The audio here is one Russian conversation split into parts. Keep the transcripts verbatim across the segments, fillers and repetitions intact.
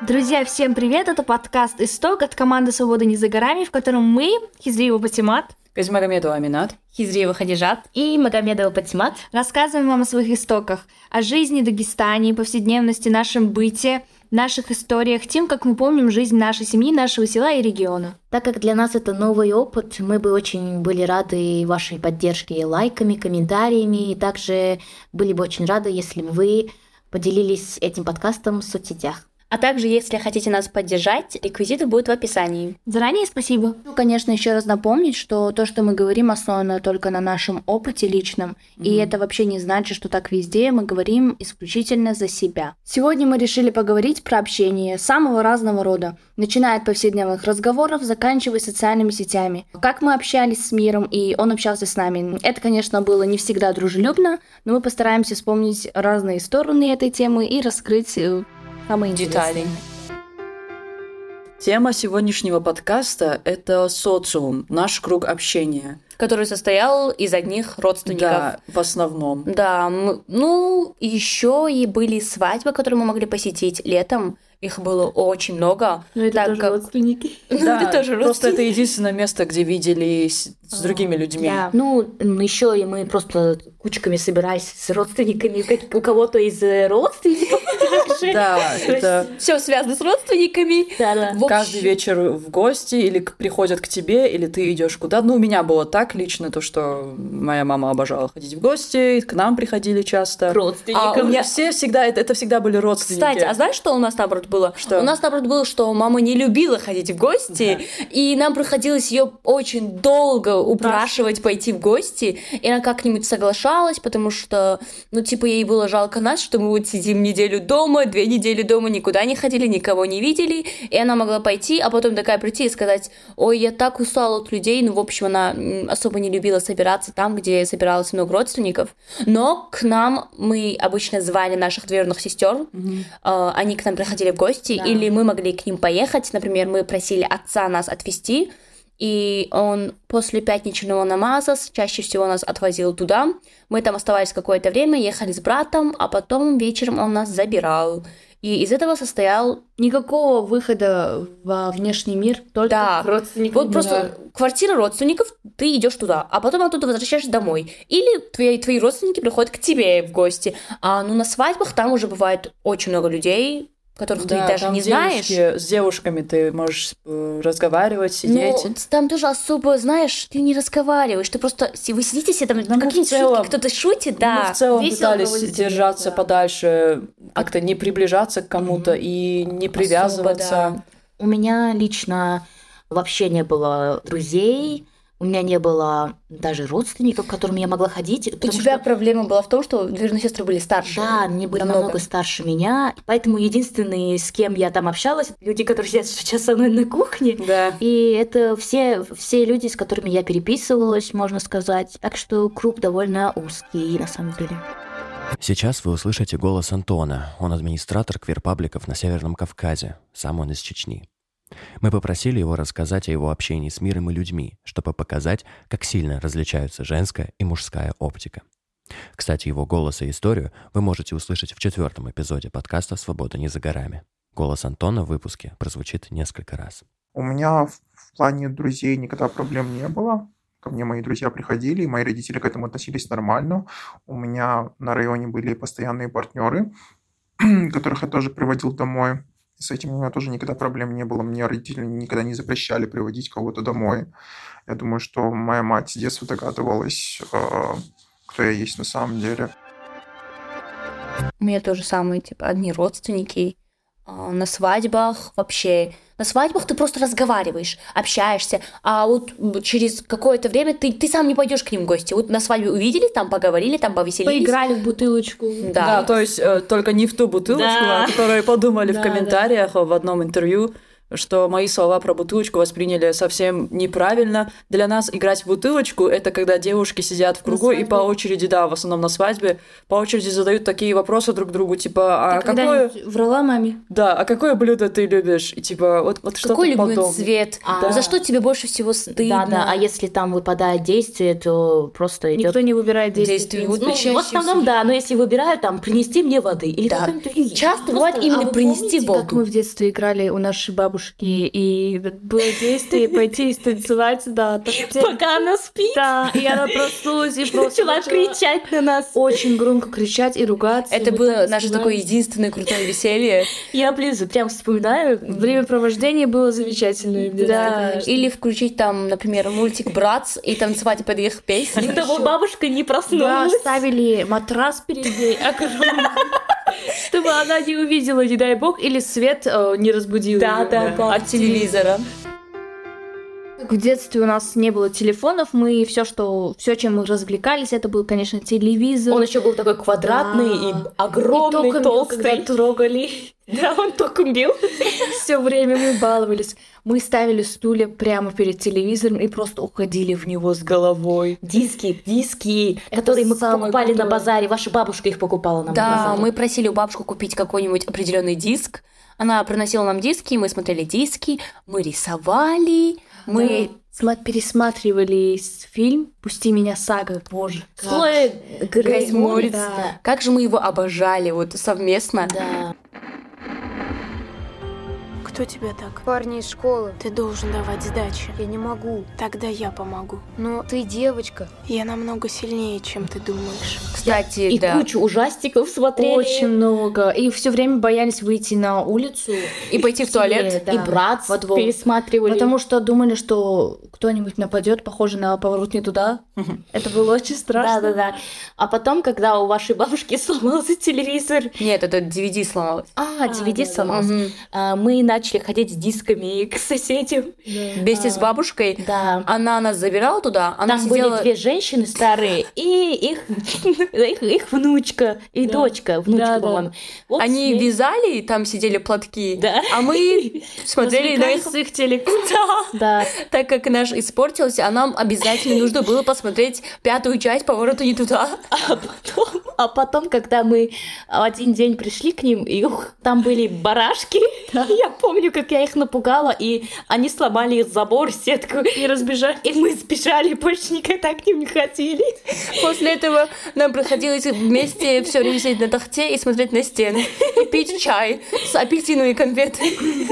Друзья, всем привет! Это подкаст «Исток» от команды «Свобода не за горами», в котором мы, Хизриева Патимат, Газмагомедова Аминат, Хизриева Хадижат и Магомедова Патимат рассказываем вам о своих истоках, о жизни в Дагестане, повседневности, нашем быте, наших историях, тем, как мы помним жизнь нашей семьи, нашего села и региона. Так как для нас это новый опыт, мы бы очень были рады вашей поддержке лайками, комментариями, и также были бы очень рады, если бы вы поделились этим подкастом в соцсетях. А также, если хотите нас поддержать, реквизиты будут в описании. Заранее спасибо. Ну, конечно, еще раз напомнить, что то, что мы говорим, основано только на нашем опыте личном, mm-hmm. и это вообще не значит, что так везде мы говорим исключительно за себя. Сегодня мы решили поговорить про общение самого разного рода, начиная от повседневных разговоров, заканчивая социальными сетями. Как мы общались с миром, и он общался с нами. Это, конечно, было не всегда дружелюбно, но мы постараемся вспомнить разные стороны этой темы и раскрыть самые детали. Тема сегодняшнего подкаста – это социум, наш круг общения. Который состоял из одних родственников. Да, в основном. Да, мы, ну, еще и были свадьбы, которые мы могли посетить летом. Их было очень много. Но это тоже как... родственники. Да, это тоже просто это единственное место, где виделись с другими людьми. Да. Ну, еще и мы просто кучками собирались с родственниками, у кого-то из родственников. Да, это... Все связано с родственниками. Каждый вечер в гости, или приходят к тебе, или ты идешь куда. Ну, у меня было так лично, то, что моя мама обожала ходить в гости, к нам приходили часто. Родственникам. А у меня все всегда, это, это всегда были родственники. Кстати, а знаешь, что у нас наоборот было? Что? У нас наоборот было, что мама не любила ходить в гости, да. И нам приходилось ее очень долго упрашивать да. пойти в гости, и она как-нибудь соглашалась, потому что, ну, типа, ей было жалко нас, что мы вот сидим неделю дома, две недели дома, никуда не ходили, никого не видели, и она могла пойти, а потом такая прийти и сказать: ой, я так устала от людей. Ну, в общем, она особо не любила собираться там, где собиралось много родственников, но к нам мы обычно звали наших двоюродных сестер, mm-hmm. э, они к нам приходили в гости, да. Или мы могли к ним поехать, например, мы просили отца нас отвезти, и он после пятничного намаза чаще всего нас отвозил туда, мы там оставались какое-то время, ехали с братом, а потом вечером он нас забирал. И из этого состоял... Никакого выхода во внешний мир, только да. родственников. Вот просто да. Квартира родственников, ты идешь туда, а потом оттуда возвращаешься домой. Или твои, твои родственники приходят к тебе в гости. А ну на свадьбах там уже бывает очень много людей, которых да, ты даже не знаешь. С девушками ты можешь разговаривать, сидеть. Ну, там тоже особо, знаешь, ты не разговариваешь, ты просто... Вы сидите все там, ну, какие-то целом, шутки, кто-то шутит, да. Мы в целом пытались держаться да. подальше, как-то не приближаться к кому-то mm-hmm. и не привязываться. Особо, да. У меня лично вообще не было друзей, у меня не было даже родственников, к которым я могла ходить. У тебя что... проблема была в том, что двоюродные сестры были старше. Да, они были намного. намного старше меня. Поэтому единственные, с кем я там общалась, люди, которые сидят сейчас со мной на кухне. Да. И это все, все люди, с которыми я переписывалась, можно сказать. Так что круг довольно узкий, на самом деле. Сейчас вы услышите голос Антона. Он администратор квир-пабликов на Северном Кавказе. Сам он из Чечни. Мы попросили его рассказать о его общении с миром и людьми, чтобы показать, как сильно различаются женская и мужская оптика. Кстати, его голос и историю вы можете услышать в четвертом эпизоде подкаста «Свобода не за горами». Голос Антона в выпуске прозвучит несколько раз. У меня в плане друзей никогда проблем не было. Ко мне мои друзья приходили, и мои родители к этому относились нормально. У меня на районе были постоянные партнеры, которых я тоже приводил домой. С этим у меня тоже никогда проблем не было. Мне родители никогда не запрещали приводить кого-то домой. Я думаю, что моя мать с детства догадывалась, кто я есть на самом деле. У меня тоже самые, типа, одни родственники. На свадьбах вообще... На свадьбах ты просто разговариваешь, общаешься, а вот через какое-то время ты, ты сам не пойдешь к ним в гости. Вот на свадьбе увидели, там поговорили, там повеселились. Поиграли в бутылочку. Да, да то есть э, только не в ту бутылочку, да. о которой подумали да, в комментариях да. в одном интервью. что мои слова про бутылочку восприняли совсем неправильно. Для нас играть в бутылочку — это когда девушки сидят в кругу и по очереди, да, в основном на свадьбе, по очереди задают такие вопросы друг другу, типа, а Ты какое... врала маме? Да, а какое блюдо ты любишь? И типа, вот, вот что-то Какой любимый подобное. цвет? А, За что тебе больше всего стыдно? Да, да, а если там выпадает действие, то просто идет. Никто не выбирает действие. Действие. Вот Ну, чаще в основном, да, но если выбирают, там, принести мне воды. Или Да. какой-нибудь- Часто Просто- бывает именно а вы принести помните, воду. Как мы в детстве играли у нашей бабушки, и было действие пойти и станцевать, да. так где- Пока она спит, Да, и она проснулась и просто начала кричать на нас. очень громко кричать и ругаться. Это Мы было так наше испугались. такое единственное крутое веселье. Я, блин, прям вспоминаю. Времяпровождение было замечательное. в детстве, Да, конечно. или включить там, например, мультик «Братц» и танцевать под их песни. Чтобы бабушка не Да, проснулась. ставили матрас перед ней огромный, чтобы она не увидела, не дай бог, или свет э, не разбудил Да, её. да, да. От телевизора. Как в детстве у нас не было телефонов, мы все, что все, чем мы развлекались, это был, конечно, телевизор. Он еще был такой квадратный Да. и огромный, И током бил, когда толстый. трогали. Да, он током бил. Все время мы баловались. Мы ставили стулья прямо перед телевизором и просто уходили в него с головой. Диски, диски, которые мы самое покупали на крутое. базаре. Ваша бабушка их покупала нам на Да, базаре. мы просили у бабушки купить какой-нибудь определенный диск. Она приносила нам диски, мы смотрели диски, мы рисовали, мы... Мы пересматривали с- фильм «Пусти меня, Сага». Боже, как Слоя Грейс Морец. Да. Как же мы его обожали вот совместно. Да. Кто тебя так? Парни из школы. Ты должен давать сдачи. Я не могу. Тогда я помогу. Но ты девочка. Я намного сильнее, чем ты думаешь. Кстати, И да. кучу ужастиков смотрели. очень много. И все время боялись выйти на улицу. И пойти в туалет. Да. И брат Во двор. пересматривали. Потому что думали, что кто-нибудь нападет, похоже на поворот не туда. Это было очень страшно. Да-да-да. А потом, когда у вашей бабушки сломался телевизор, Нет, это ди ви ди сломалось. а, ди ви ди сломался, Мгм. а, мы начали ходить с дисками к соседям. Вместе с бабушкой. Да. Она нас забирала туда, она Там сидела... были две женщины старые и их, их, их внучка и дочка, внучка, Да, да. по-моему. Вот Они с ней- вязали, и там сидели платки, Да. а мы смотрели на их... Развлекались с их телек. Да. Так как наш испортился, а нам обязательно нужно было посмотреть пятую часть «Повороту не туда». А потом, а потом, когда мы один день пришли к ним, и ух, там были барашки, я помню, как я их напугала, и они сломали забор, сетку, и разбежали, и мы сбежали, больше никогда к ним не ходили. После этого нам приходилось вместе все время сидеть на тахте и смотреть на стены. И пить чай с апельсиновыми конфетами.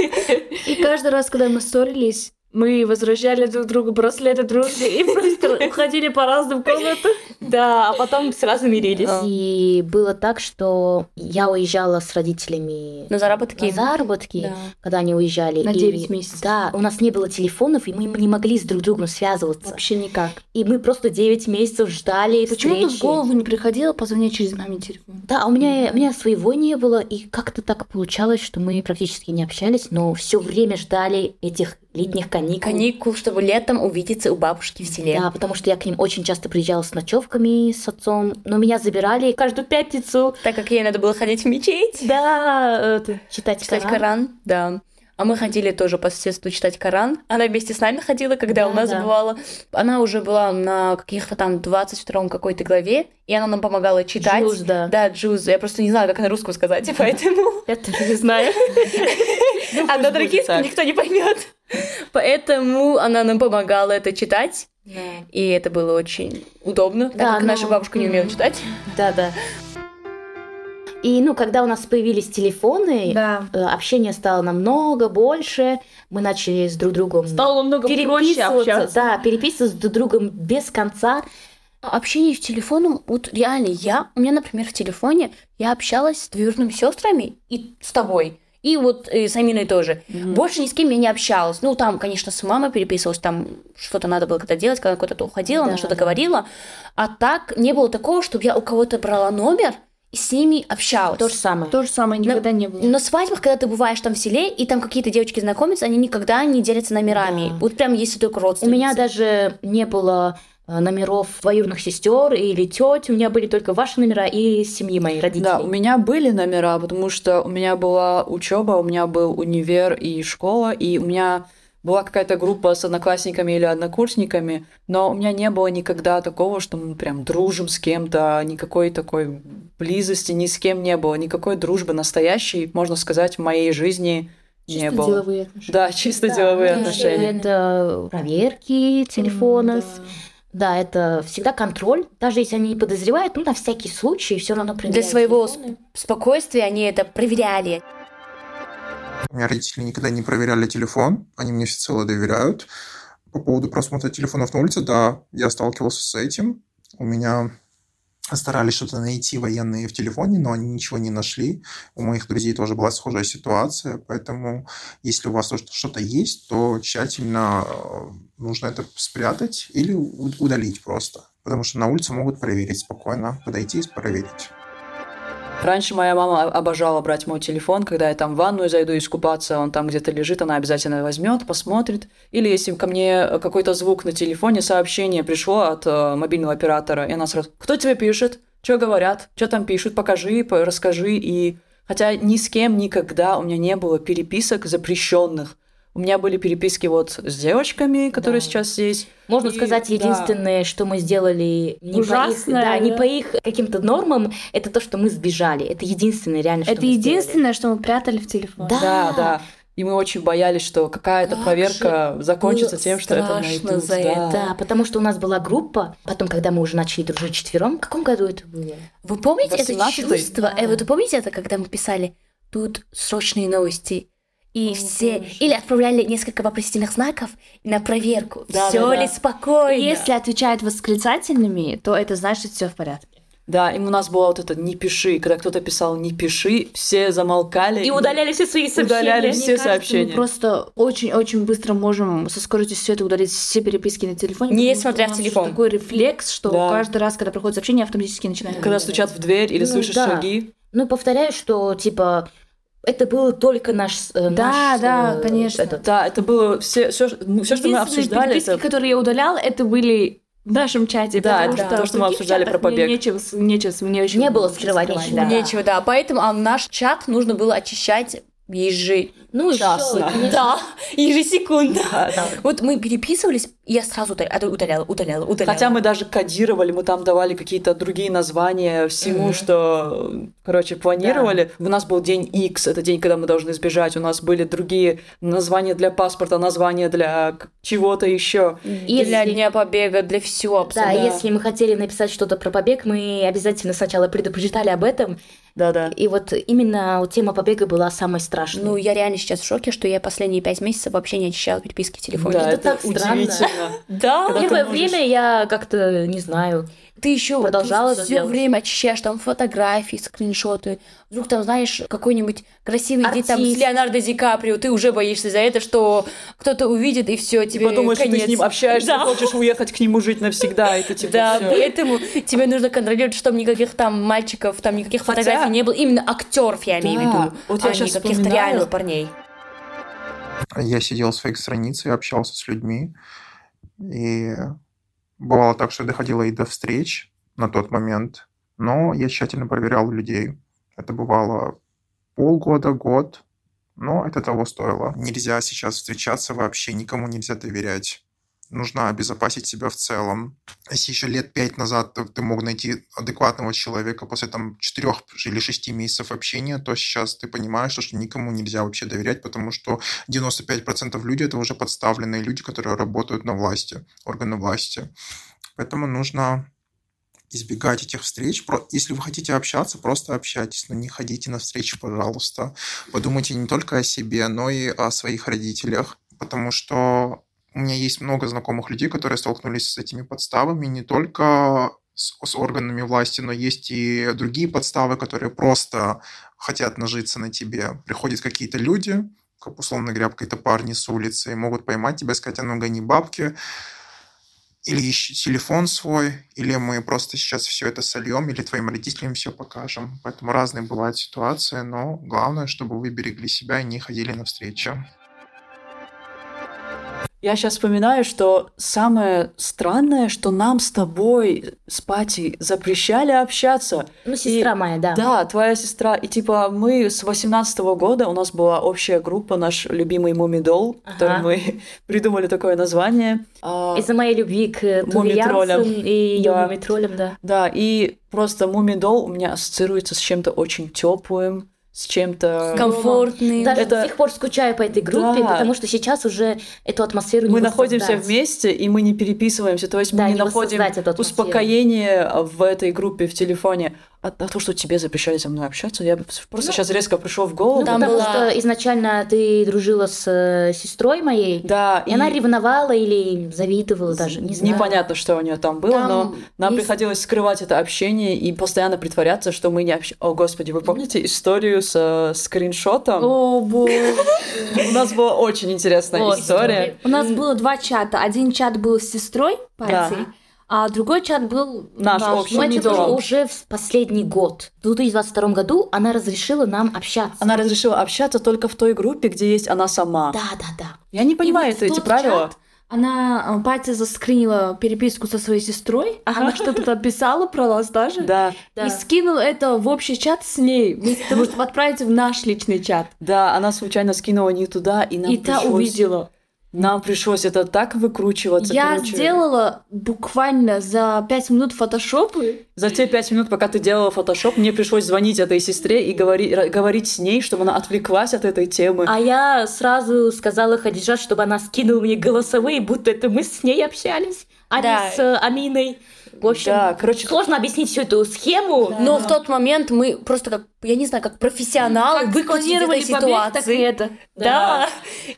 И каждый раз, когда мы ссорились, мы возвращали друг другу браслеты дружбы и просто уходили по разным комнатам. Да, а потом сразу мирились. А. И было так, что я уезжала с родителями На заработки. на заработки, Да. когда они уезжали. На и- девять месяцев. Да, у нас не было телефонов, и мы не могли с друг другом связываться. Вообще никак. И мы просто девять месяцев ждали Почему-то в встречи. голову не приходило позвонить через мамин телефон. Да, а у меня, у меня своего не было, и как-то так получалось, что мы практически не общались, но все время ждали этих летних каникул. Каникул, чтобы летом увидеться у бабушки в селе. Да, потому что я к ним очень часто приезжала с ночевками с отцом, но меня забирали каждую пятницу. Так как ей надо было ходить в мечеть. Да, это, читать, Читать Коран. Коран, да. А мы ходили тоже по соседству читать Коран. Она вместе с нами ходила, когда Да, у нас да. бывало. Она уже была на каких-то там двадцать втором какой-то главе, и она нам помогала читать. Джуз, да. Да, джуз. Я просто не знаю, как на русском сказать, поэтому... Я тоже не знаю. А на других никто не поймет. Поэтому она нам помогала это читать. И это было очень удобно, так Да, как ну, наша бабушка не умела читать. Да, да. И, ну, когда у нас появились телефоны, Да. э, общение стало намного больше, мы начали с друг другом Стало намного проще переписываться, общаться. да, переписываться с друг другом без конца. Общение с телефоном, вот реально, я, у меня, например, в телефоне, я общалась с двоюродными сестрами и с тобой. И вот э, с Аминой тоже. Больше ни с кем я не общалась. Ну, там, конечно, с мамой переписывалась, там что-то надо было когда делать, когда куда-то уходила, Да, она что-то да. говорила. А так не было такого, чтобы я у кого-то брала номер и с ними общалась. То же самое. То же самое никогда не было. На свадьбах, когда ты бываешь там в селе, и там какие-то девочки знакомятся, они никогда не делятся номерами. Да. Вот прям если только У родственницы. меня даже не было номеров двоюродных сестер или теть. У меня были только ваши номера и семьи моих родителей. Да, у меня были номера, потому что у меня была учеба, у меня был универ и школа, и у меня была какая-то группа с одноклассниками или однокурсниками, но у меня не было никогда такого, что мы прям дружим с кем-то, никакой такой близости ни с кем не было, никакой дружбы настоящей, можно сказать, в моей жизни чисто не было. Деловые отношения. Да, чисто да, деловые да, отношения. Это проверки телефонов. Mm, да. Да, это всегда контроль. Даже если они подозревают, ну, на всякий случай, все равно проверяют. Для своего телефоны. спокойствия они это проверяли. У меня родители никогда не проверяли телефон, они мне всецело доверяют. По поводу просмотра телефонов на улице, да, я сталкивался с этим. У меня старались что-то найти военные в телефоне, но они ничего не нашли. У моих друзей тоже была схожая ситуация, поэтому если у вас что-то есть, то тщательно нужно это спрятать или удалить просто. Потому что на улице могут проверить спокойно, подойти и проверить. Раньше моя мама обожала брать мой телефон, когда я там в ванную зайду искупаться, он там где-то лежит, она обязательно возьмет, посмотрит. Или если ко мне какой-то звук на телефоне, сообщение пришло от э, мобильного оператора, и она сразу: «Кто тебе пишет? Что говорят? Что там пишут? Покажи, расскажи». И хотя ни с кем никогда у меня не было переписок запрещенных. У меня были переписки вот с девочками, которые да. сейчас здесь. Можно и, сказать, единственное, да. что мы сделали не по их, да, да. не по их каким-то нормам, это то, что мы сбежали. Это единственное реально, что это мы единственное, сделали. что мы прятали в телефон. Да, да. да. И мы очень боялись, что какая-то как проверка закончится тем, что это найдут. За да. это. Да, потому что у нас была группа, потом, когда мы уже начали дружить четвером, в каком году это было? Вы помните это чувство? Да. Э, вы помните это, когда мы писали «Тут срочные новости»? И О, все боже. Или отправляли несколько вопросительных знаков на проверку. Да, все да, ли да. спокойно? Если отвечают восклицательными, то это значит, все в порядке. Да, и у нас было вот это «не пиши». Когда кто-то писал «не пиши», все замолкали. И удаляли все свои сообщения. Удаляли Мне все кажется, сообщения. Мы просто очень-очень быстро можем со скоростью света удалить все переписки на телефоне. Не смотря в телефон. Такой рефлекс, что да. каждый раз, когда проходит сообщение, автоматически начинает... Когда удалять. Стучат в дверь или ну, слышишь да. шаги. Ну, повторяю, что, типа... Это было только наш... Да, наш, да, э, конечно. Этот... Да, это было все, все, все что мы обсуждали. Переписки, это... которые я удаляла, это были в нашем чате. Да, потому да. что то, что мы обсуждали про побег. Нечего, нечего, мне еще не было скрывать ничего. Да. Нечего, да. Поэтому а наш чат нужно было очищать ежи... Ну, часно. Да, ежесекундно. Да, да. Вот мы переписывались, и я сразу удаляла, удаляла, удаляла. Хотя мы даже кодировали, мы там давали какие-то другие названия всему, mm-hmm. что, короче, планировали. Да. У нас был день X, это день, когда мы должны сбежать. У нас были другие названия для паспорта, названия для чего-то еще. И для Дня Побега, для всего абсолютно. Да, если мы хотели написать что-то про побег, мы обязательно сначала предупреждали об этом. Да-да. И вот именно тема побега была самой страшной. Ну, я реально сейчас в шоке, что я последние пять месяцев вообще не очищала переписки в телефоне. Да, это, это так удивительно. Странно. Да. Первое время я как-то, не знаю, ты еще продолжала все время очищаешь там фотографии, скриншоты. Вдруг там, знаешь, какой-нибудь красивый день там с Леонардо Ди Каприо, ты уже боишься за это, что кто-то увидит, и все тебе типа думаешь, конец. Что ты с ним общаешься, да. хочешь уехать к нему жить навсегда, и ты типа да, всё. Поэтому тебе нужно контролировать, чтобы никаких там мальчиков, там никаких Хотя... фотографий не было. Именно актеров я имею да. в виду, вот я а сейчас не каких-то вспоминаю. реальных парней. Я сидел в своих страницах и общался с людьми, и бывало так, что доходило и до встреч на тот момент, но я тщательно проверял людей. Это бывало полгода, год, но это того стоило. Нельзя сейчас встречаться вообще, никому нельзя доверять. Нужно обезопасить себя в целом. Если еще лет пять назад ты мог найти адекватного человека после там четырех или шести месяцев общения, то сейчас ты понимаешь, что никому нельзя вообще доверять, потому что девяносто пять процентов людей это уже подставленные люди, которые работают на власти, органы власти. Поэтому нужно избегать этих встреч. Если вы хотите общаться, просто общайтесь, но не ходите на встречи, пожалуйста. Подумайте не только о себе, но и о своих родителях, потому что у меня есть много знакомых людей, которые столкнулись с этими подставами, не только с, с органами власти, но есть и другие подставы, которые просто хотят нажиться на тебе. Приходят какие-то люди, как условно говоря, какие-то парни с улицы, и могут поймать тебя, сказать: а ну гони бабки, или ищи телефон свой, или мы просто сейчас все это сольем, или твоим родителям все покажем. Поэтому разные бывают ситуации, но главное, чтобы вы берегли себя и не ходили навстречу. Я сейчас вспоминаю, что самое странное, что нам с тобой, с Патей, запрещали общаться. Ну, сестра И- моя, да. Да, твоя сестра. И типа мы с восемнадцатого года, у нас была общая группа, наш любимый Мумидол, Ага. который мы придумали такое название. А, Из-за моей любви к Мумитролям. Туве Янсен и ее Да. мумитролям, да. Да, и просто Мумидол у меня ассоциируется с чем-то очень теплым, с чем-то... Комфортный. Даже Это- до сих пор скучаю по этой группе, Да. потому что сейчас уже эту атмосферу не Мы находимся воссоздать. вместе, и мы не переписываемся, то есть Да, мы не не находим воссоздать эту атмосферу. успокоение в этой группе в телефоне. А, а то, что тебе запрещали со мной общаться, я просто сейчас резко пришел в голову. Ну, Там потому была- что изначально ты дружила с э, сестрой моей, Да, и она ревновала или завидовала даже, не знаю. непонятно, что у нее там было, Там но нам есть- приходилось скрывать это общение и постоянно притворяться, что мы не общаемся. О, господи, вы помните историю с э, скриншотом? О, боже. У нас была очень интересная О, история. У нас было два чата. Один чат был с сестрой Пати, а другой чат был Наш общий. Но это Мумидол. было уже в последний год. В две тысячи двадцать втором году она разрешила нам общаться. Она разрешила общаться только в той группе, где есть она сама. Да, да, да. Я не понимаю И вот это- в эти тот правила. чат Она, э, Патя заскринила переписку со своей сестрой, она что-то там писала про нас даже, Да, Да. и скинула это в общий чат с ней, вместо того, чтобы отправить в наш личный чат. да, она случайно скинула не туда, и нам И та пришлось- увидела. Нам пришлось это так выкручиваться. Я короче. сделала буквально за пять минут фотошопы. За те пять минут, пока ты делала фотошоп, мне пришлось звонить этой сестре и говори- ра- говорить с ней, чтобы она отвлеклась от этой темы. А я сразу сказала Хадижат, чтобы она скинула мне голосовые, будто это мы с ней общались, а Да. не с э, Аминой. В общем, Да, короче, сложно объяснить всю эту схему. Но в тот момент мы просто как, я не знаю, как профессионалы Как выкрутились из этой спланировали побег, так и ситуации. это. Да.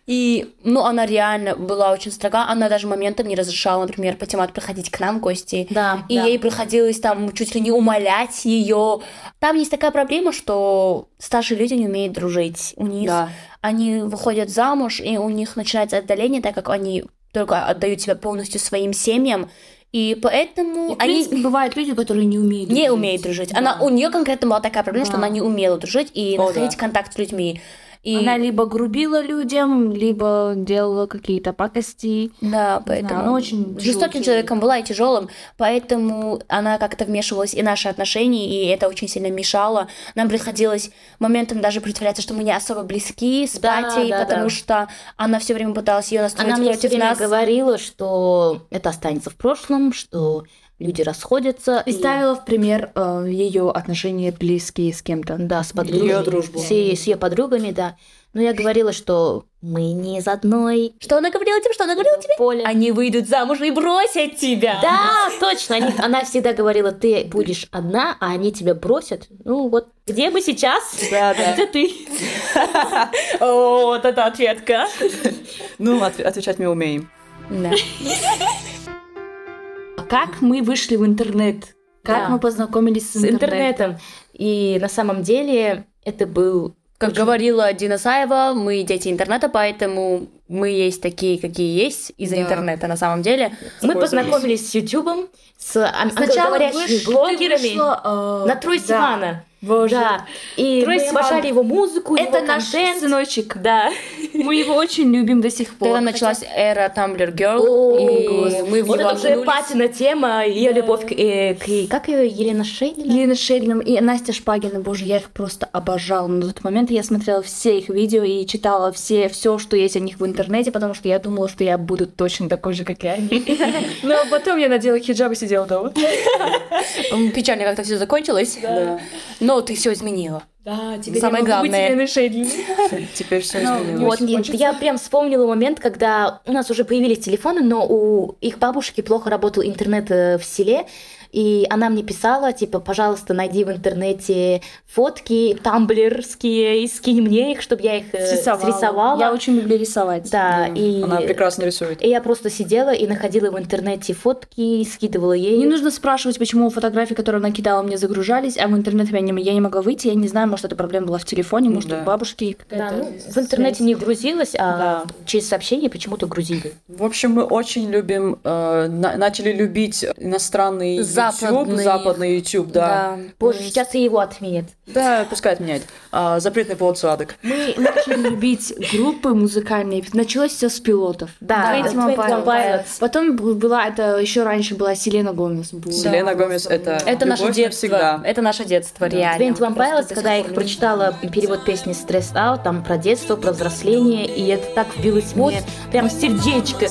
И, ну, она реально была очень строга. Она даже моментом не разрешала, например, Патимат приходить к нам в гости. Да, И да. ей приходилось там чуть ли не умолять ее. Там есть такая проблема, что старшие люди не умеют дружить. У них да. они выходят замуж, и у них начинается отдаление, так как они только отдают себя полностью своим семьям. И поэтому И, в они принципе, бывают люди, которые не умеют не дружить. умеет дружить. Да. Она, у нее конкретно была такая проблема, что Да. она не умела дружить и О, находить да. контакт с людьми. И Она либо грубила людям, либо делала какие-то пакости. да, поэтому она очень жестоким тяжелый человеком была и тяжелым, поэтому она как-то вмешивалась и в наши отношения, и это очень сильно мешало. Нам приходилось моментом даже притворяться, что мы не особо близки с Да, Патей, да, потому да. что она все время пыталась ее настроить Она мне все против время нас. говорила, что это останется в прошлом, что люди расходятся. И ставила в пример ее отношения близкие с кем-то. Да, с подругами. Её дружбу. С, с ее подругами, да. Но я говорила, что мы не из одной Что она говорила тебе? Что она говорила тебе? поле. Они выйдут замуж и бросят тебя. Да, точно. Они- она всегда говорила, ты будешь одна, а они тебя бросят. Ну вот, где мы сейчас? Да, да. Где ты? О, вот это ответка. Ну, отв- отвечать мы умеем. Да. Как мы вышли в интернет? Как Да. мы познакомились с, С интернетом. И на самом деле это был... Как говорила Дина Саева, мы дети интернета, поэтому мы есть такие, какие есть из-за Да. интернета на самом деле. Мы познакомились с Ютубом, с ан- Сначала англоговорящими выш- ты блогерами вышла, э, на Трой да. Сивана. Боже. Да. И Трой мы Сиван. обожали его музыку, Это его наш контент. сыночек. Да. Мы его очень любим до сих пор. Тогда началась эра Tumblr Girl, О, и Господи. мы в Вот него это уже окунулись. Патина тема, ее любовь к, э, к- как ее, Елена Шейдлина? Лена Шейдлин и Настя Шпагина, боже, я их просто обожала. На тот момент я смотрела все их видео и читала все, все, что есть о них в интернете, потому что я думала, что я буду точно такой же, как и они. Но потом я надела хиджаб и сидела дома. М, Печально как-то все закончилось. Но ты все изменила. Да, теперь Самое я могу быть главное. Еленой Шейдлин. Теперь все Ну, изменилось. Вот, очень нет, хочется. я прям вспомнила момент, когда у нас уже появились телефоны, но у их бабушки плохо работал интернет э, в селе, и она мне писала, типа, пожалуйста, найди в интернете фотки тамблерские и скинь мне их, чтобы я их э, срисовала. Я очень люблю рисовать. Да, и... Она прекрасно рисует. И я просто сидела и находила в интернете фотки, скидывала ей. Не нужно спрашивать, почему фотографии, которые она кидала, мне загружались, а в интернет я не, я не могла выйти. Я не знаю, может, может, эта проблема была в телефоне, может, Да. у бабушки Да, какая-то ну, в интернете не грузилось, а Да. через сообщение почему-то грузили. В общем, мы очень любим, э, на- начали любить иностранный YouTube, Западный. западный YouTube, да. Боже, сейчас и его отменят. Да, пускай отменяет. А, запретный плод сладок. Мы начали любить группы музыкальные. Началось все с пилотов. Да, Twenty Twenty One One Pilots. Pilots. Потом бу- была это еще раньше была Селена Гомес. Была. Селена Гомес — это Это наше любовь детство. навсегда. Это наше детство, реально. Twenty One Просто Pilots, до сих когда я пор их люблю. прочитала перевод песни Stressed Out, там про детство, про взросление, и это так вбилось мне прям в сердечко.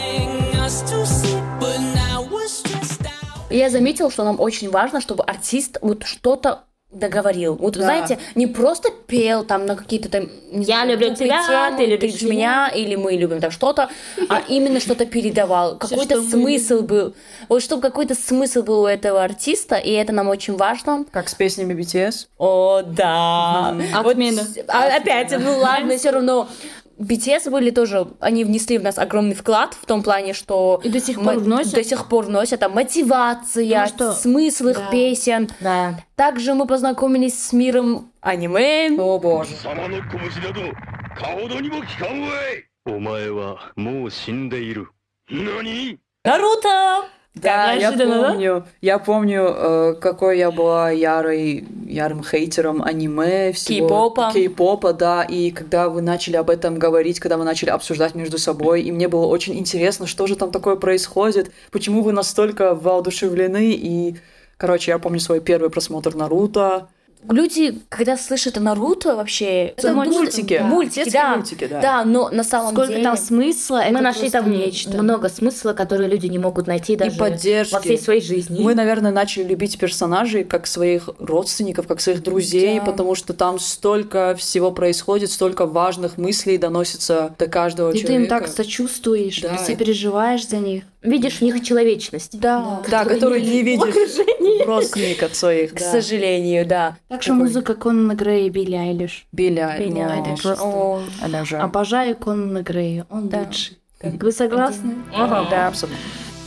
Я заметила, что нам очень важно, чтобы артист вот что-то договорил. Вот, Да. знаете, не просто пел там на какие-то там... не Я знаю, люблю глупые тебя, темы, ты любишь меня, или мы любим там что-то, а именно что-то передавал. Какой-то смысл был. Вот чтобы какой-то смысл был у этого артиста, и это нам очень важно. Как с песнями би ти эс. О, да. Отмена. Вот, а, опять, ну ладно, все равно. би ти эс были тоже, они внесли в нас огромный вклад в том плане, что... И до сих мо- пор вносят. До сих пор вносят, там, мотивация, Потому что- смысл их Да. песен. Да. Также мы познакомились с миром аниме. О боже. 様の拳などかほどにも効かんわい。お前はもう死んでいる。何？ Наруто! Да, я неожиданно, да? помню, я помню, э, какой я была ярой, ярым хейтером аниме, всего Кей-попа. кей-попа, да, и когда вы начали об этом говорить, когда вы начали обсуждать между собой, и мне было очень интересно, что же там такое происходит, почему вы настолько воодушевлены, и, короче, я помню свой первый просмотр Наруто. Люди, когда слышат о Наруто вообще... Это думают- мультики. Мультики, Детские да. мультики, да. Да, но на самом Сколько деле... там смысла, это Мы нашли просто там нечто. много смысла, который люди не могут найти даже поддержки. во всей своей жизни. Мы, наверное, начали любить персонажей как своих родственников, как своих друзей, Да. потому что там столько всего происходит, столько важных мыслей доносится до каждого И ты человека. им так сочувствуешь, Да. ты переживаешь за них. Видишь в них человечность. Да. Да, которые не видишь родственников своих. К сожалению, да. Так что музыка Конана Грея и Билли Айлиш. Билли Билли Айлиш. Просто О, Обожаю. обожаю Конана Грея, он лучший. Вы согласны? Да, абсолютно.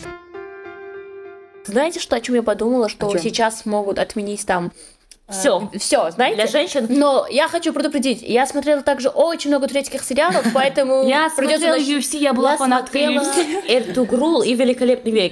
Знаете, что, о чем я подумала, что О чём? сейчас могут отменить там все, все, знаете? Для женщин. Но я хочу предупредить, я смотрела также очень много турецких сериалов, поэтому Я придётся смотрела нач- ю эф си, я была Я фанаткой ю смотрела эф си. Эртугрул и Великолепный век.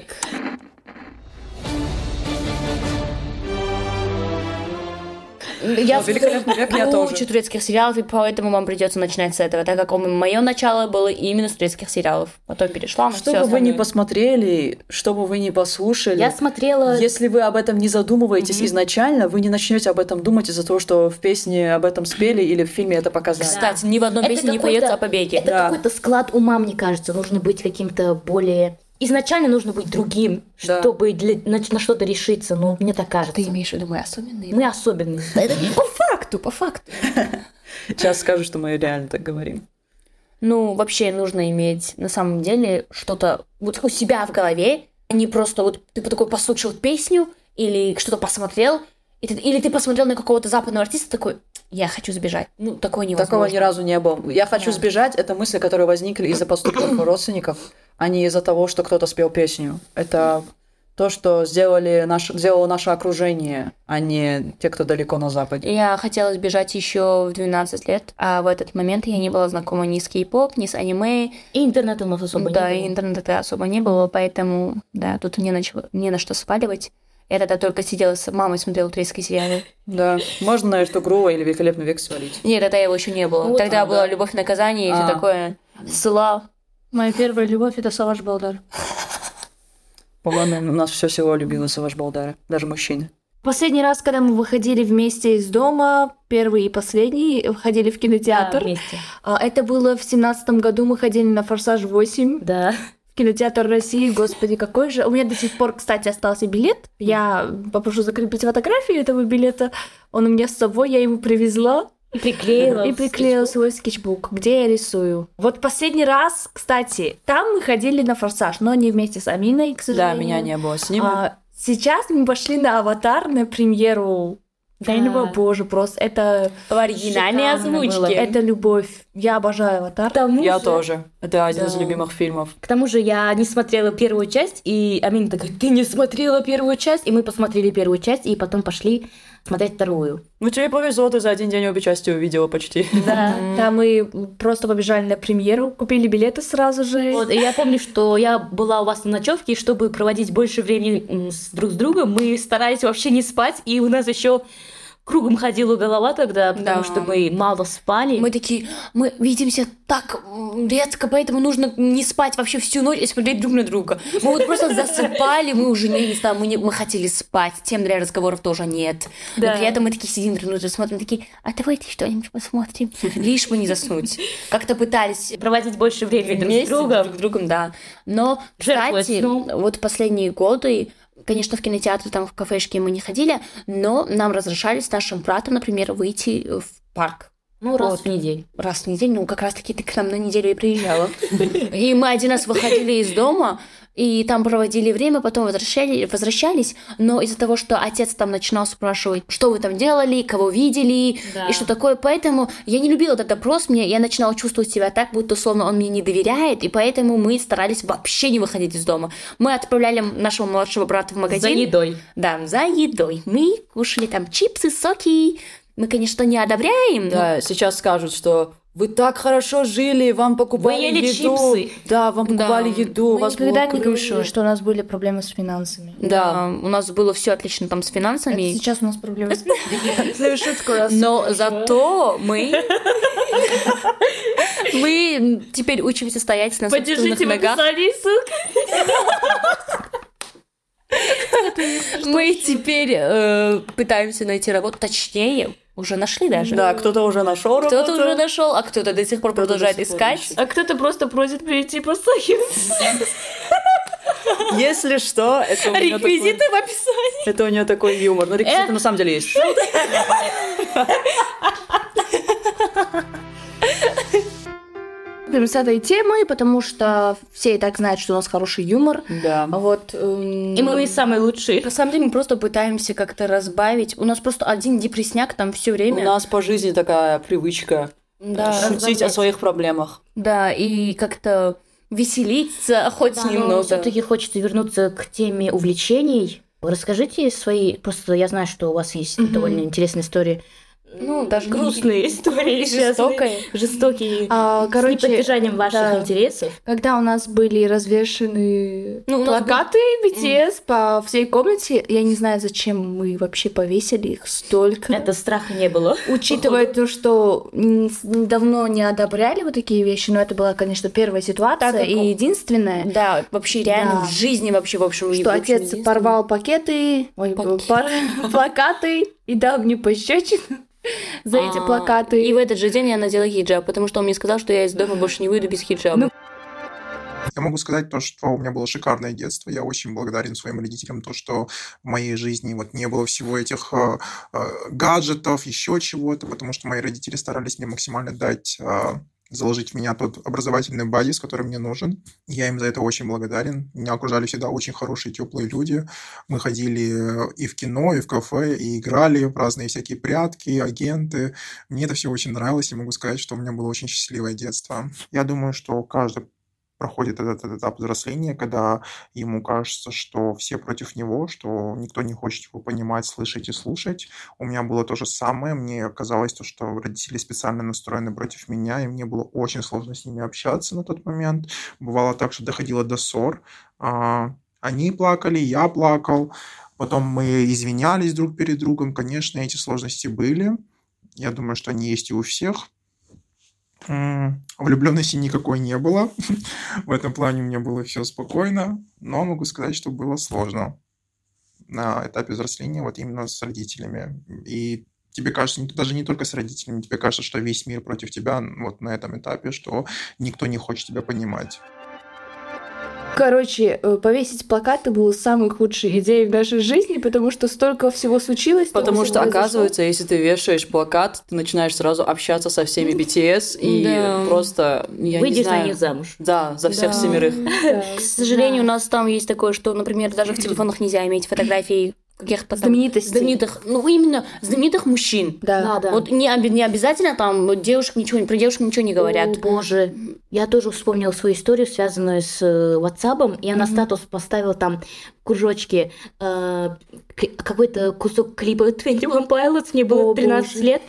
Я Ну, «Великолепный век» я смотрю тоже. кучу турецких сериалов, и поэтому вам придется начинать с этого, так как мое начало было именно с турецких сериалов. Потом перешла на Что всё бы вы ни остальное. посмотрели, что бы вы ни послушали, Я смотрела... если вы об этом не задумываетесь изначально, вы не начнете об этом думать из-за того, что в песне об этом спели или в фильме это показали. Кстати, ни в одном Это песне не какой-то- поется о побеге. Это Да. какой-то склад ума, мне кажется. Нужно быть каким-то более... Изначально нужно быть другим, Да. чтобы для- на, на что-то решиться. Ну, мне так кажется. имеешь в виду мы особенные? Мы особенные. Это По факту, по факту. Сейчас скажу, что мы реально так говорим. Ну, вообще нужно иметь на самом деле что-то вот у себя в голове, а не просто вот ты такой послушал песню или что-то посмотрел, и ты- или ты посмотрел на какого-то западного артиста такой, я хочу сбежать. Ну, такое невозможно. Такого ни разу не было. Я хочу сбежать, это мысли, которые возникли из-за поступков родственников, а не из-за того, что кто-то спел песню. Это то, что сделали наше, сделало наше окружение, а не те, кто далеко на Западе. Я хотела сбежать еще в двенадцать лет, а в этот момент я не была знакома ни с кей-поп, ни с аниме. И интернета у нас особо Да, не и было. интернета особо не было, поэтому, да, тут не на, чё- не на что сваливать. Я тогда только сидела с мамой, смотрела турецкие сериалы. Да, можно на эту Грува или Великолепный век свалить. Нет, тогда его еще не было. Вот, Тогда а, была да. «Любовь и наказание» и А. все такое. Сла. Моя первая любовь — это Саваш Балдар. По-моему, у нас все село любило Саваш Балдара, даже мужчины. Последний раз, когда мы выходили вместе из дома, первый и последний, выходили в Да, кинотеатр. вместе. А, Это было в семнадцатом году, мы ходили на «Форсаж восемь». Да. В кинотеатр России, господи, какой же. У меня до сих пор, кстати, остался билет. Я попрошу закрепить фотографию этого билета. Он у меня с собой, я его привезла. И приклеила. И приклеила свой скетчбук, где я рисую. Вот последний раз, кстати, там мы ходили на «Форсаж», но не вместе с Аминой, к Да, сожалению. меня не было с ним. А, сейчас мы пошли на «Аватар», на премьеру. Да. Боже, просто это... В оригинальной шикарно было. озвучке. Это любовь. Я обожаю «Аватар». Тому Я же- тоже. Это один из Да. любимых фильмов. К тому же я не смотрела первую часть, и Амина такая, ты не смотрела первую часть? И мы посмотрели первую часть, и потом пошли смотреть вторую. Ну, тебе повезло, ты за один день обе части увидела почти. Да, да, мы просто побежали на премьеру, купили билеты сразу же. Вот, и я помню, что я была у вас на ночевке, и чтобы проводить больше времени с друг с другом, мы старались вообще не спать, и у нас еще кругом ходила голова тогда, потому Да. что мы мало спали. Мы такие, мы видимся так редко, поэтому нужно не спать вообще всю ночь и смотреть друг на друга. Мы вот просто засыпали, мы уже не, не знаю, мы, не, мы хотели спать, тем для разговоров тоже нет. Да. Но при этом мы такие сидим друг на друга, смотрим, такие, а давайте что-нибудь посмотрим, лишь бы не заснуть. Как-то пытались Проводить больше времени друг с вместе другом. друг с другом, да. Но, Жертвовать кстати, сном. вот последние годы, конечно, в кинотеатры, там, в кафешки мы не ходили, но нам разрешали с нашим братом, например, выйти в парк. Ну, раз Вот. в неделю. Раз в неделю, ну, как раз-таки ты к нам на неделю и приезжала. И мы один раз выходили из дома, и там проводили время, потом возвращали, возвращались, но из-за того, что отец там начинал спрашивать, что вы там делали, кого видели, Да. и что такое, поэтому я не любила этот допрос, мне, я начинала чувствовать себя так, будто, словно он мне не доверяет, и поэтому мы старались вообще не выходить из дома. Мы отправляли нашего младшего брата в магазин. За едой. Да, за едой. Мы кушали там чипсы, соки. Мы, конечно, не одобряем, но Да, сейчас скажут, что вы так хорошо жили, вам покупали Вы ели еду. чипсы. Да, вам покупали Да. еду, у Мы вас никогда было не крыша. говорили, что у нас были проблемы с финансами. Да. у нас было все отлично там с Это финансами. сейчас у нас проблемы с финансами. Шутку раз. Но зато мы... Мы теперь учимся стоять на собственных Поддержите в ногах. описании ссылка. Мы теперь э, пытаемся найти работу, точнее, уже нашли даже. Да, кто-то уже нашел работу. Кто-то уже нашел, а кто-то до сих пор Кто-то продолжает до сих пор искать. ищет. А кто-то просто просит прийти посохить. Если что, это у меня такой... Реквизиты в описании. Это у нее такой юмор. Но реквизиты на самом деле есть. С этой темой, потому что все и так знают, что у нас хороший юмор. Да. Вот. эм, И мы самые лучшие. На самом деле мы просто пытаемся как-то разбавить. У нас просто один депрессняк там все У время. нас по жизни такая привычка Да, шутить о своих проблемах. да, и как-то веселиться хоть немного. Все-таки хочется вернуться к теме увлечений. Расскажите свои. Просто я знаю, что у вас есть довольно интересные истории. Ну, даже Грустные истории, жестокие. жестокие. а, С короче, неподдержанием ваших да. интересов. когда у нас были развешены Ну, у нас плакаты би ти эс по всей комнате, я не знаю, зачем мы вообще повесили их столько. Это страха не было. Учитывая то, что м, с- давно не одобряли вот такие вещи, но это была, конечно, первая ситуация Так как и он- единственная, Да, вообще реально Да. в жизни вообще, в общем, и что в общем, отец единственное. порвал пакеты, ой, Пакеты. пар- плакаты и дал мне пощечину за эти А, плакаты. И в этот же день я надела хиджаб, потому что он мне сказал, что я из дома больше не выйду без хиджаба. Ну, Я могу сказать то, что у меня было шикарное детство. Я очень благодарен своим родителям, то, что в моей жизни вот не было всего этих э, э, гаджетов, еще чего-то, потому что мои родители старались мне максимально дать, э, заложить в меня тот образовательный базис, который мне нужен. Я им за это очень благодарен. Меня окружали всегда очень хорошие, теплые люди. Мы ходили и в кино, и в кафе, и играли в разные всякие прятки, агенты. Мне это все очень нравилось, и могу сказать, что у меня было очень счастливое детство. Я думаю, что каждый проходит этот, этот этап взросления, когда ему кажется, что все против него, что никто не хочет его понимать, слышать и слушать. У меня было то же самое. Мне казалось, то, что родители специально настроены против меня, и мне было очень сложно с ними общаться на тот момент. Бывало так, что доходило до ссор. А, Они плакали, я плакал. Потом мы извинялись друг перед другом. Конечно, эти сложности были. Я думаю, что они есть и у всех. М, Влюбленности никакой не было. В этом плане у меня было все спокойно. Но могу сказать, что было сложно на этапе взросления, вот именно с родителями. И тебе кажется, не- даже не только с родителями, тебе кажется, что весь мир против тебя вот на этом этапе, что никто не хочет тебя понимать. Короче, э, повесить плакаты было самой худшей идеей в нашей жизни, потому что столько всего случилось. столько Потому всего что, произошло. оказывается, если ты вешаешь плакат, ты начинаешь сразу общаться со всеми би ти эс и Да. просто, я не Выйдешь за знаю... них замуж. Да, за всех Да. семерых. Да. К сожалению, у нас там есть такое, что, например, даже в телефонах нельзя иметь фотографии каких-то там знаменитостей. знаменитых, ну именно знаменитых мужчин. Да. Да, да. Вот не, оби- не обязательно там вот девушек ничего, про девушек ничего не говорят. О, боже. Я тоже вспомнила свою историю, связанную с э, WhatsApp, и она статус поставила там кружочки, э, к- какой-то кусок клипа Twenty One Pilots, мне было О, тринадцать боже. лет,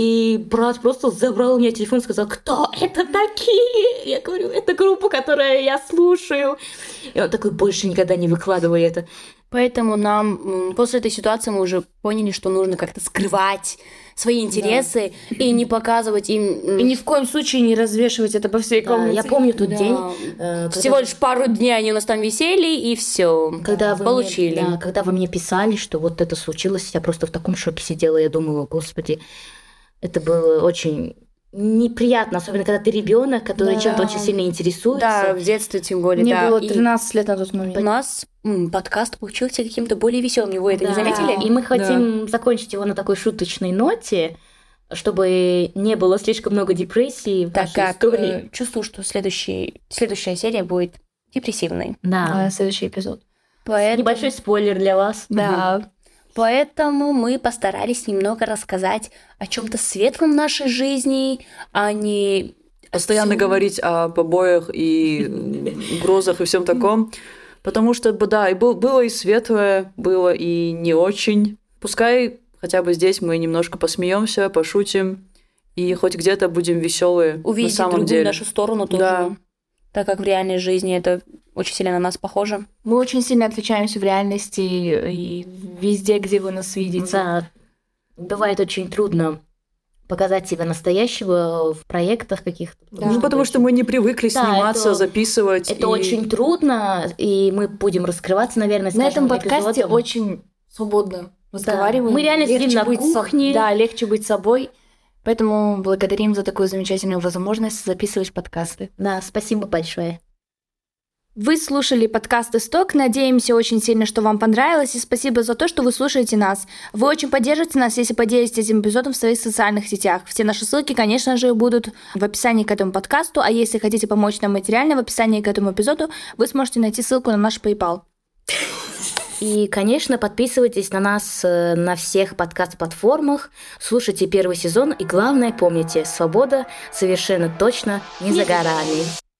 и брат просто забрал у меня телефон и сказал, кто это такие? Я говорю, это группа, которую я слушаю. И он такой, больше никогда не выкладывай это. Поэтому нам м, после этой ситуации мы уже поняли, что нужно как-то скрывать свои интересы и не показывать им... м, И ни в коем случае не развешивать это по всей Да, комнате. я помню тот Да. день, э, когда- Всего лишь пару дней они у нас там висели, и все. Когда вы получили. Мне, да, когда вы мне писали, что вот это случилось, я просто в таком шоке сидела, я думала, господи, это было очень неприятно, особенно когда ты ребенок, который Да. чем-то очень сильно интересуется. Да, в детстве тем более, Мне да. было И тринадцать лет на тот момент. у нас м, подкаст получился каким-то более веселым. Вы это не Да. заметили? И мы хотим закончить его на такой шуточной ноте, чтобы не было слишком много депрессии в Так нашей как истории. э, чувствую, что следующий, следующая серия будет депрессивной. Да. А, следующий эпизод. Поэтому, Небольшой спойлер для вас. Да. поэтому мы постарались немного рассказать о чем-то светлом в нашей жизни, а не Постоянно говорить о побоях и угрозах и всем таком. Потому что, да, и был- было и светлое, было и не очень. Пускай хотя бы здесь мы немножко посмеемся, пошутим, и хоть где-то будем веселые на увидеть самом другую деле. нашу сторону тоже. Да. Так как в реальной жизни это очень сильно на нас похоже. Мы очень сильно отличаемся в реальности и везде, где вы нас видите. Да, бывает очень трудно показать себя настоящего в проектах каких-то. Ну, потому что мы не привыкли Да, сниматься, это- записывать. Это и- очень трудно, и мы будем раскрываться, наверное, с На этом каждым подкасте эпизодом. очень свободно разговариваем. Мы реально Легче сидим на быть со- кухне. Да, легче быть собой. Поэтому благодарим за такую замечательную возможность записывать подкасты. Да, спасибо большое. Вы слушали подкаст «Исток». Надеемся очень сильно, что вам понравилось. И спасибо за то, что вы слушаете нас. Вы очень поддержите нас, если поделитесь этим эпизодом в своих социальных сетях. Все наши ссылки, конечно же, будут в описании к этому подкасту. А если хотите помочь нам материально, в описании к этому эпизоду вы сможете найти ссылку на наш PayPal. И, конечно, подписывайтесь на нас э, на всех подкаст-платформах, слушайте первый сезон и, главное, помните, свобода совершенно точно не за горами.